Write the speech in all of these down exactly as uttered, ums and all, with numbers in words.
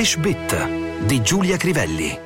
English Bit di Giulia Crivelli.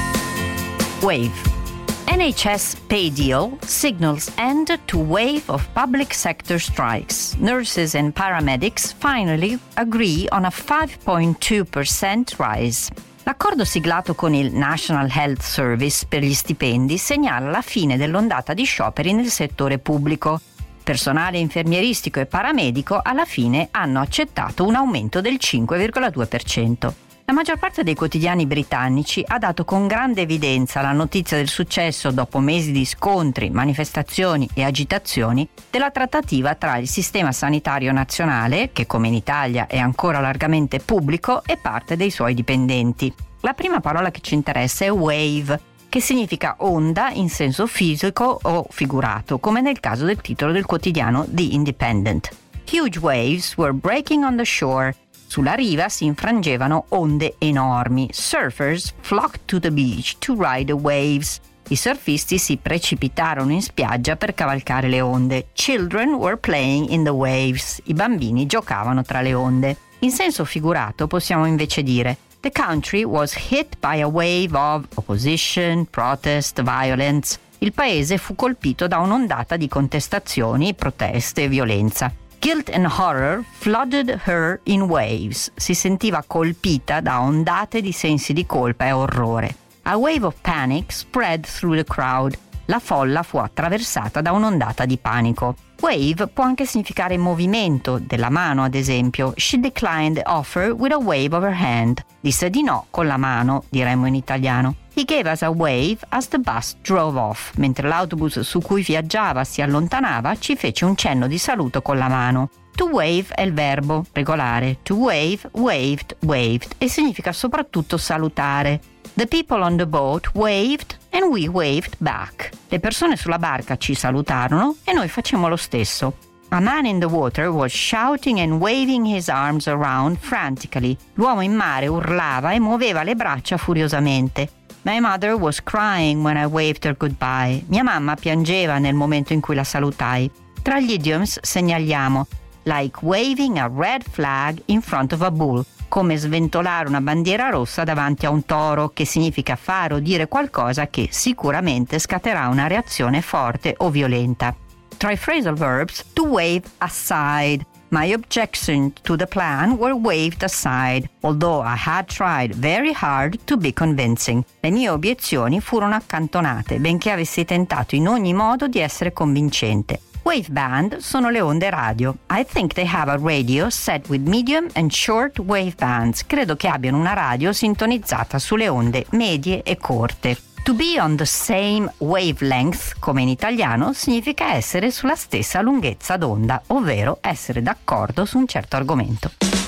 Wave. N H S pay deal signals end to wave of public sector strikes. Nurses and paramedics finally agree on a five point two percent rise. L'accordo siglato con il National Health Service per gli stipendi segnala la fine dell'ondata di scioperi nel settore pubblico. Personale infermieristico e paramedico alla fine hanno accettato un aumento del cinque virgola due per cento. La maggior parte dei quotidiani britannici ha dato con grande evidenza la notizia del successo, dopo mesi di scontri, manifestazioni e agitazioni, della trattativa tra il sistema sanitario nazionale, che come in Italia è ancora largamente pubblico, e parte dei suoi dipendenti. La prima parola che ci interessa è wave, che significa onda in senso fisico o figurato, come nel caso del titolo del quotidiano The Independent. Huge waves were breaking on the shore. Sulla riva si infrangevano onde enormi. Surfers flocked to the beach to ride the waves. I surfisti si precipitarono in spiaggia per cavalcare le onde. Children were playing in the waves. I bambini giocavano tra le onde. In senso figurato possiamo invece dire: The country was hit by a wave of opposition, protest, violence. Il paese fu colpito da un'ondata di contestazioni, proteste e violenza. Guilt and horror flooded her in waves. Si sentiva colpita da ondate di sensi di colpa e orrore. A wave of panic spread through the crowd. La folla fu attraversata da un'ondata di panico. Wave può anche significare movimento, della mano ad esempio. She declined the offer with a wave of her hand. Disse di no con la mano, diremmo in italiano. He gave us a wave as the bus drove off. Mentre l'autobus su cui viaggiava si allontanava, ci fece un cenno di saluto con la mano. To wave è il verbo regolare. To wave, waved, waved, e significa soprattutto salutare. The people on the boat waved and we waved back. Le persone sulla barca ci salutarono e noi facemmo lo stesso. A man in the water was shouting and waving his arms around frantically. L'uomo in mare urlava e muoveva le braccia furiosamente. My mother was crying when I waved her goodbye. Mia mamma piangeva nel momento in cui la salutai. Tra gli idioms segnaliamo like waving a red flag in front of a bull, come sventolare una bandiera rossa davanti a un toro, che significa fare o dire qualcosa che sicuramente scaterà una reazione forte o violenta. Tra i phrasal verbs, to wave aside. My objections to the plan were waved aside, although I had tried very hard to be convincing. Le mie obiezioni furono accantonate, benché avessi tentato in ogni modo di essere convincente. Waveband sono le onde radio. I think they have a radio set with medium and short wavebands. Credo che abbiano una radio sintonizzata sulle onde medie e corte. To be on the same wavelength, come in italiano, significa essere sulla stessa lunghezza d'onda, ovvero essere d'accordo su un certo argomento.